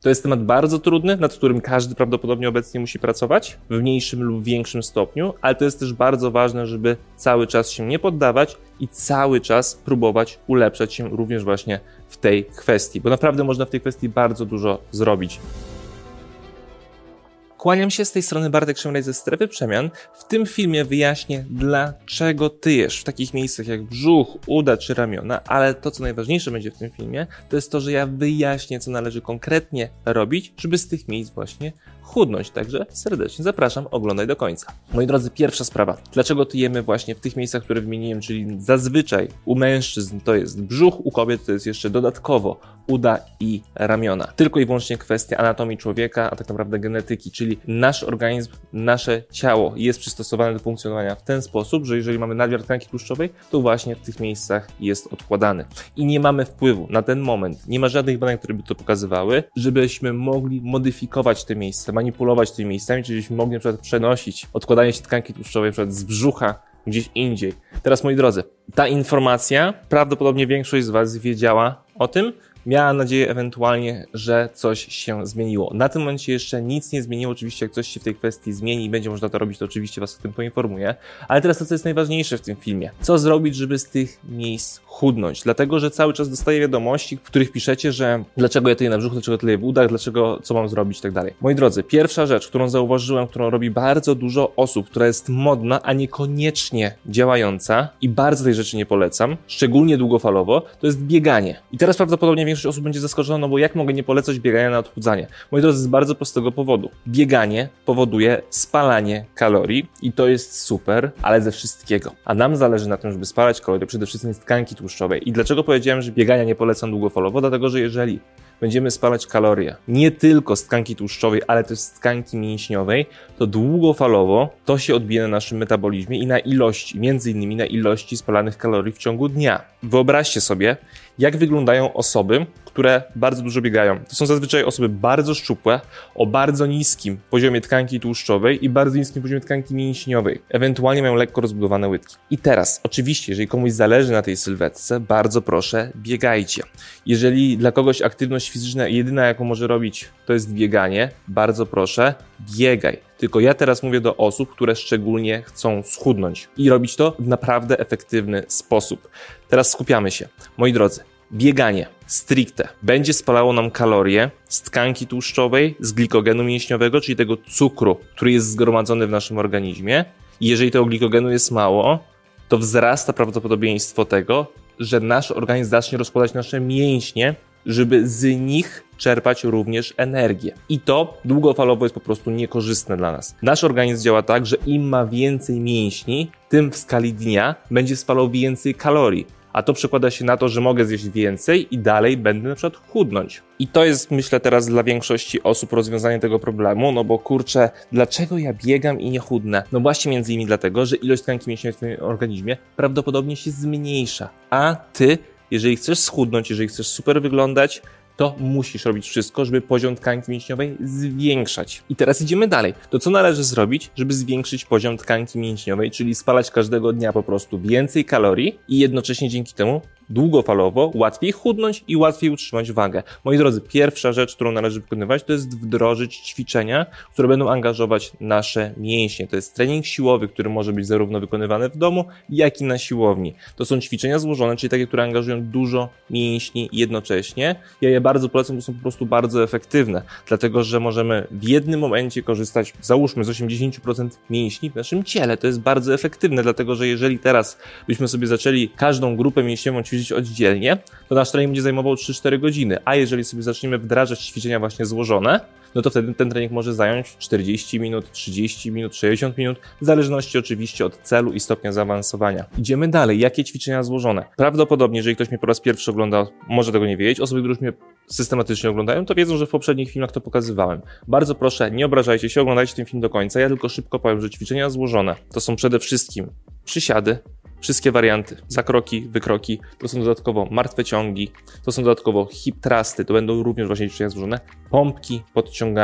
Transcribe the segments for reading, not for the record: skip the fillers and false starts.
To jest temat bardzo trudny, nad którym każdy prawdopodobnie obecnie musi pracować w mniejszym lub większym stopniu, ale to jest też bardzo ważne, żeby cały czas się nie poddawać i cały czas próbować ulepszać się również właśnie w tej kwestii, bo naprawdę można w tej kwestii bardzo dużo zrobić. Kłaniam się, z tej strony Bartek Szemraj ze Strefy Przemian. W tym filmie wyjaśnię, dlaczego tyjesz w takich miejscach jak brzuch, uda czy ramiona, ale to, co najważniejsze będzie w tym filmie, to jest to, że ja wyjaśnię, co należy konkretnie robić, żeby z tych miejsc właśnie chudnąć. Także serdecznie zapraszam, oglądaj do końca. Moi drodzy, pierwsza sprawa. Dlaczego tyjemy właśnie w tych miejscach, które wymieniłem, czyli zazwyczaj u mężczyzn to jest brzuch, u kobiet to jest jeszcze dodatkowo uda i ramiona. Tylko i wyłącznie kwestia anatomii człowieka, a tak naprawdę genetyki, czyli nasz organizm, nasze ciało jest przystosowane do funkcjonowania w ten sposób, że jeżeli mamy nadmiar tkanki tłuszczowej, to właśnie w tych miejscach jest odkładany. I nie mamy wpływu na ten moment, nie ma żadnych badań, które by to pokazywały, żebyśmy mogli modyfikować te miejsca, manipulować tymi miejscami, czyli żebyśmy mogli na przykład przenosić odkładanie się tkanki tłuszczowej na przykład z brzucha gdzieś indziej. Teraz, moi drodzy, ta informacja, prawdopodobnie większość z Was wiedziała o tym, miała nadzieję ewentualnie, że coś się zmieniło. Na tym momencie jeszcze nic nie zmieniło. Oczywiście jak coś się w tej kwestii zmieni i będzie można to robić, to oczywiście Was o tym poinformuję. Ale teraz to, co jest najważniejsze w tym filmie. Co zrobić, żeby z tych miejsc chudnąć? Dlatego, że cały czas dostaję wiadomości, w których piszecie, że dlaczego ja tyję na brzuchu, dlaczego tyję w udach, dlaczego, co mam zrobić i tak dalej. Moi drodzy, pierwsza rzecz, którą zauważyłem, którą robi bardzo dużo osób, która jest modna, a niekoniecznie działająca i bardzo tej rzeczy nie polecam, szczególnie długofalowo, to jest bieganie. I teraz prawdopodobnie większość osób będzie zaskoczona, no bo jak mogę nie polecać biegania na odchudzanie? Moi drodzy, z bardzo prostego powodu. Bieganie powoduje spalanie kalorii i to jest super, ale ze wszystkiego. A nam zależy na tym, żeby spalać kalorie przede wszystkim z tkanki tłuszczowej. I dlaczego powiedziałem, że biegania nie polecam długofalowo? Dlatego, że jeżeli będziemy spalać kalorie nie tylko z tkanki tłuszczowej, ale też z tkanki mięśniowej, to długofalowo to się odbije na naszym metabolizmie i na ilości, między innymi na ilości spalanych kalorii w ciągu dnia. Wyobraźcie sobie, jak wyglądają osoby, które bardzo dużo biegają. To są zazwyczaj osoby bardzo szczupłe, o bardzo niskim poziomie tkanki tłuszczowej i bardzo niskim poziomie tkanki mięśniowej. Ewentualnie mają lekko rozbudowane łydki. I teraz, oczywiście, jeżeli komuś zależy na tej sylwetce, bardzo proszę, biegajcie. Jeżeli dla kogoś aktywność fizyczna jedyna, jaką może robić, to jest bieganie, bardzo proszę, biegaj. Tylko ja teraz mówię do osób, które szczególnie chcą schudnąć i robić to w naprawdę efektywny sposób. Teraz skupiamy się. Moi drodzy, bieganie stricte będzie spalało nam kalorie z tkanki tłuszczowej, z glikogenu mięśniowego, czyli tego cukru, który jest zgromadzony w naszym organizmie. I jeżeli tego glikogenu jest mało, to wzrasta prawdopodobieństwo tego, że nasz organizm zacznie rozkładać nasze mięśnie, żeby z nich czerpać również energię. I to długofalowo jest po prostu niekorzystne dla nas. Nasz organizm działa tak, że im ma więcej mięśni, tym w skali dnia będzie spalał więcej kalorii. A to przekłada się na to, że mogę zjeść więcej i dalej będę na przykład chudnąć. I to jest, myślę, teraz dla większości osób rozwiązanie tego problemu, no bo kurczę, dlaczego ja biegam i nie chudnę? No właśnie między innymi dlatego, że ilość tkanki mięśniowej w twoim organizmie prawdopodobnie się zmniejsza. A ty, jeżeli chcesz schudnąć, jeżeli chcesz super wyglądać, to musisz robić wszystko, żeby poziom tkanki mięśniowej zwiększać. I teraz idziemy dalej. To co należy zrobić, żeby zwiększyć poziom tkanki mięśniowej, czyli spalać każdego dnia po prostu więcej kalorii i jednocześnie dzięki temu długofalowo łatwiej chudnąć i łatwiej utrzymać wagę. Moi drodzy, pierwsza rzecz, którą należy wykonywać, to jest wdrożyć ćwiczenia, które będą angażować nasze mięśnie. To jest trening siłowy, który może być zarówno wykonywany w domu, jak i na siłowni. To są ćwiczenia złożone, czyli takie, które angażują dużo mięśni jednocześnie. Ja je bardzo polecam, bo są po prostu bardzo efektywne, dlatego że możemy w jednym momencie korzystać, załóżmy, z 80% mięśni w naszym ciele. To jest bardzo efektywne, dlatego że jeżeli teraz byśmy sobie zaczęli każdą grupę mięśniową ćwiczyć oddzielnie, to nasz trening będzie zajmował 3-4 godziny, a jeżeli sobie zaczniemy wdrażać ćwiczenia właśnie złożone, no to wtedy ten trening może zająć 40 minut, 30 minut, 60 minut, w zależności oczywiście od celu i stopnia zaawansowania. Idziemy dalej. Jakie ćwiczenia złożone? Prawdopodobnie, jeżeli ktoś mnie po raz pierwszy ogląda, może tego nie wiedzieć. Osoby, które już mnie systematycznie oglądają, to wiedzą, że w poprzednich filmach to pokazywałem. Bardzo proszę, nie obrażajcie się, oglądajcie ten film do końca. Ja tylko szybko powiem, że ćwiczenia złożone to są przede wszystkim przysiady, wszystkie warianty, zakroki, wykroki, to są dodatkowo martwe ciągi, to są dodatkowo hip thrusty, to będą również właśnie ćwiczenia złożone, pompki, podciąganie,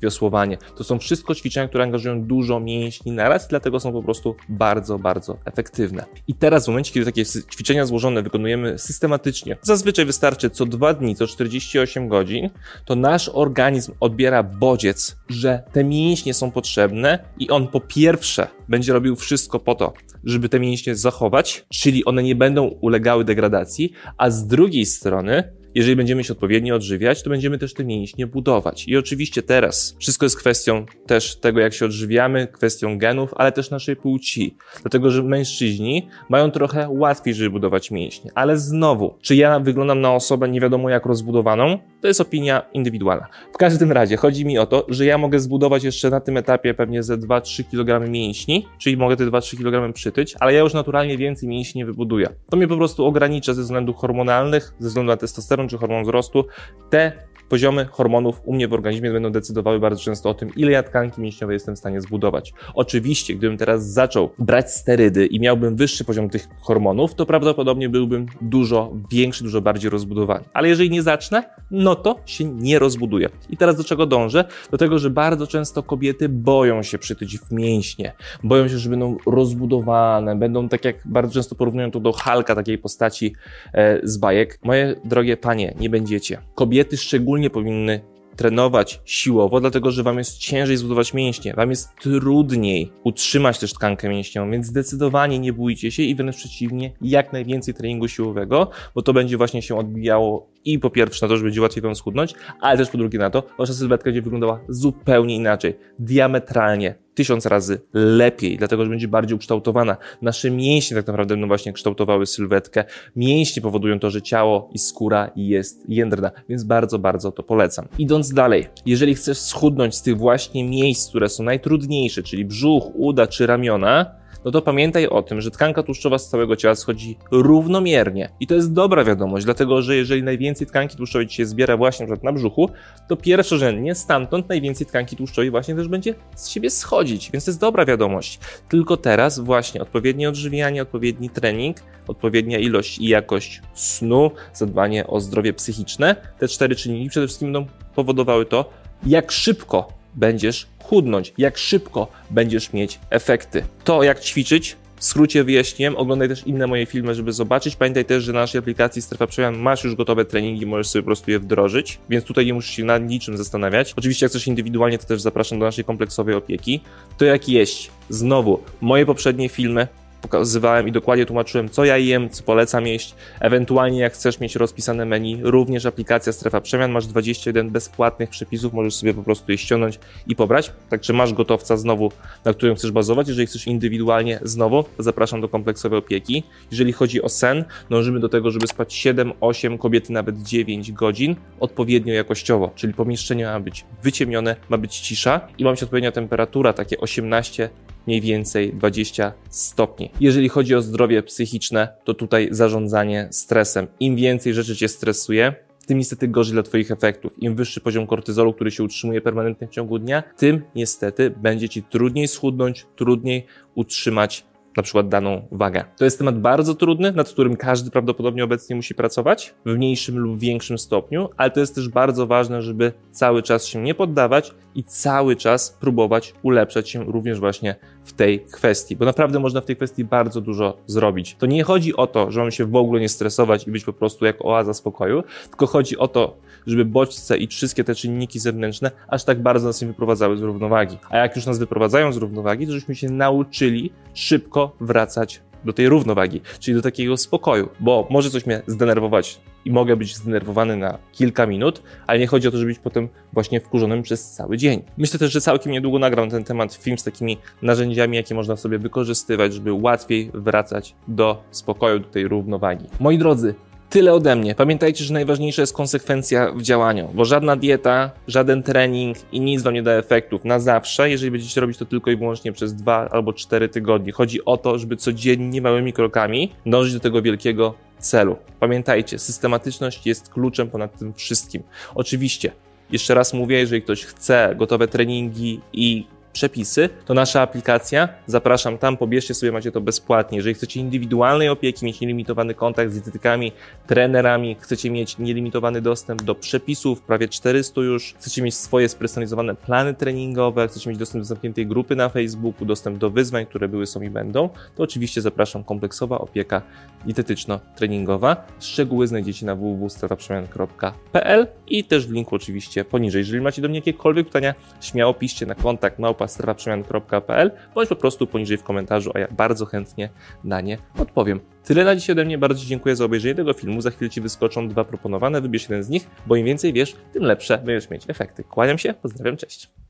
wiosłowanie. To są wszystko ćwiczenia, które angażują dużo mięśni naraz i dlatego są po prostu bardzo, bardzo efektywne. I teraz w momencie, kiedy takie ćwiczenia złożone wykonujemy systematycznie, zazwyczaj wystarczy co 2 dni, co 48 godzin, to nasz organizm odbiera bodziec, że te mięśnie są potrzebne i on po pierwsze będzie robił wszystko po to, żeby te mięśnie zachować, czyli one nie będą ulegały degradacji, a z drugiej strony, jeżeli będziemy się odpowiednio odżywiać, to będziemy też te mięśnie budować. I oczywiście teraz wszystko jest kwestią też tego, jak się odżywiamy, kwestią genów, ale też naszej płci. Dlatego, że mężczyźni mają trochę łatwiej, żeby budować mięśnie. Ale znowu, czy ja wyglądam na osobę nie wiadomo jak rozbudowaną? To jest opinia indywidualna. W każdym razie chodzi mi o to, że ja mogę zbudować jeszcze na tym etapie pewnie ze 2-3 kg mięśni, czyli mogę te 2-3 kg przytyć, ale ja już naturalnie więcej mięśni nie wybuduję. To mnie po prostu ogranicza ze względów hormonalnych, ze względu na testosteron czy hormon wzrostu. Te poziomy hormonów u mnie w organizmie będą decydowały bardzo często o tym, ile ja tkanki mięśniowej jestem w stanie zbudować. Oczywiście, gdybym teraz zaczął brać sterydy i miałbym wyższy poziom tych hormonów, to prawdopodobnie byłbym dużo większy, dużo bardziej rozbudowany. Ale jeżeli nie zacznę, no to się nie rozbuduje. I teraz do czego dążę? Do tego, że bardzo często kobiety boją się przytyć w mięśnie. Boją się, że będą rozbudowane, będą tak jak bardzo często porównują to do Hulka, takiej postaci z bajek. Moje drogie panie, nie będziecie. Kobiety szczególnie powinny trenować siłowo, dlatego że wam jest ciężej zbudować mięśnie, wam jest trudniej utrzymać też tkankę mięśniową, więc zdecydowanie nie bójcie się i wręcz przeciwnie, jak najwięcej treningu siłowego, bo to będzie właśnie się odbijało i po pierwsze na to, że będzie łatwiej wam schudnąć, ale też po drugie na to, wasza sylwetka będzie wyglądała zupełnie inaczej, diametralnie, 1000 razy lepiej, dlatego że będzie bardziej ukształtowana. Nasze mięśnie tak naprawdę będą właśnie kształtowały sylwetkę. Mięśnie powodują to, że ciało i skóra jest jędrna, więc bardzo, bardzo to polecam. Idąc dalej, jeżeli chcesz schudnąć z tych właśnie miejsc, które są najtrudniejsze, czyli brzuch, uda czy ramiona, no to pamiętaj o tym, że tkanka tłuszczowa z całego ciała schodzi równomiernie. I to jest dobra wiadomość, dlatego że jeżeli najwięcej tkanki tłuszczowej ci się zbiera właśnie na brzuchu, to pierwszorzędnie stamtąd najwięcej tkanki tłuszczowej właśnie też będzie z siebie schodzić, więc to jest dobra wiadomość. Tylko teraz właśnie odpowiednie odżywianie, odpowiedni trening, odpowiednia ilość i jakość snu, zadbanie o zdrowie psychiczne, te 4 czynniki przede wszystkim będą powodowały to, jak szybko będziesz chudnąć, jak szybko będziesz mieć efekty. To jak ćwiczyć, w skrócie wyjaśniłem, oglądaj też inne moje filmy, żeby zobaczyć. Pamiętaj też, że na naszej aplikacji Strefa Przemian masz już gotowe treningi, możesz sobie po prostu je wdrożyć, więc tutaj nie musisz się nad niczym zastanawiać. Oczywiście jak chcesz indywidualnie, to też zapraszam do naszej kompleksowej opieki. To jak jeść, znowu, moje poprzednie filmy pokazywałem i dokładnie tłumaczyłem, co ja jem, co polecam jeść. Ewentualnie jak chcesz mieć rozpisane menu, również aplikacja Strefa Przemian, masz 21 bezpłatnych przepisów, możesz sobie po prostu je ściągnąć i pobrać. Także masz gotowca znowu, na którym chcesz bazować. Jeżeli chcesz indywidualnie znowu, to zapraszam do kompleksowej opieki. Jeżeli chodzi o sen, dążymy do tego, żeby spać 7, 8, kobiety nawet 9 godzin, odpowiednio jakościowo, czyli pomieszczenie ma być wyciemnione, ma być cisza i ma być odpowiednia temperatura, takie 18, mniej więcej 20 stopni. Jeżeli chodzi o zdrowie psychiczne, to tutaj zarządzanie stresem. Im więcej rzeczy cię stresuje, tym niestety gorzej dla twoich efektów. Im wyższy poziom kortyzolu, który się utrzymuje permanentnie w ciągu dnia, tym niestety będzie ci trudniej schudnąć, trudniej utrzymać na przykład daną wagę. To jest temat bardzo trudny, nad którym każdy prawdopodobnie obecnie musi pracować w mniejszym lub większym stopniu, ale to jest też bardzo ważne, żeby cały czas się nie poddawać i cały czas próbować ulepszać się również właśnie w tej kwestii, bo naprawdę można w tej kwestii bardzo dużo zrobić. To nie chodzi o to, że mamy się w ogóle nie stresować i być po prostu jak oaza spokoju, tylko chodzi o to, żeby bodźce i wszystkie te czynniki zewnętrzne aż tak bardzo nas nie wyprowadzały z równowagi. A jak już nas wyprowadzają z równowagi, to żebyśmy się nauczyli szybko wracać do tej równowagi, czyli do takiego spokoju, bo może coś mnie zdenerwować i mogę być zdenerwowany na kilka minut, ale nie chodzi o to, żeby być potem właśnie wkurzonym przez cały dzień. Myślę też, że całkiem niedługo nagram na ten temat film z takimi narzędziami, jakie można sobie wykorzystywać, żeby łatwiej wracać do spokoju, do tej równowagi. Moi drodzy, tyle ode mnie. Pamiętajcie, że najważniejsza jest konsekwencja w działaniu, bo żadna dieta, żaden trening i nic wam nie da efektów na zawsze, jeżeli będziecie robić to tylko i wyłącznie przez 2 albo 4 tygodnie. Chodzi o to, żeby codziennie małymi krokami dążyć do tego wielkiego celu. Pamiętajcie, systematyczność jest kluczem ponad tym wszystkim. Oczywiście, jeszcze raz mówię, jeżeli ktoś chce gotowe treningi i przepisy, to nasza aplikacja, zapraszam tam, pobierzcie sobie, macie to bezpłatnie. Jeżeli chcecie indywidualnej opieki, mieć nielimitowany kontakt z dietetykami, trenerami, chcecie mieć nielimitowany dostęp do przepisów, prawie 400 już, chcecie mieć swoje spersonalizowane plany treningowe, chcecie mieć dostęp do zamkniętej grupy na Facebooku, dostęp do wyzwań, które były, są i będą, to oczywiście zapraszam, kompleksowa opieka dietetyczno-treningowa. Szczegóły znajdziecie na www.strefaprzemian.pl i też w linku oczywiście poniżej. Jeżeli macie do mnie jakiekolwiek pytania, śmiało piszcie na kontakt @strefaprzemian.pl bądź po prostu poniżej w komentarzu, a ja bardzo chętnie na nie odpowiem. Tyle na dzisiaj ode mnie, bardzo Ci dziękuję za obejrzenie tego filmu. Za chwilę Ci wyskoczą 2 proponowane, wybierz jeden z nich, bo im więcej wiesz, tym lepsze będziesz mieć efekty. Kłaniam się, pozdrawiam, cześć.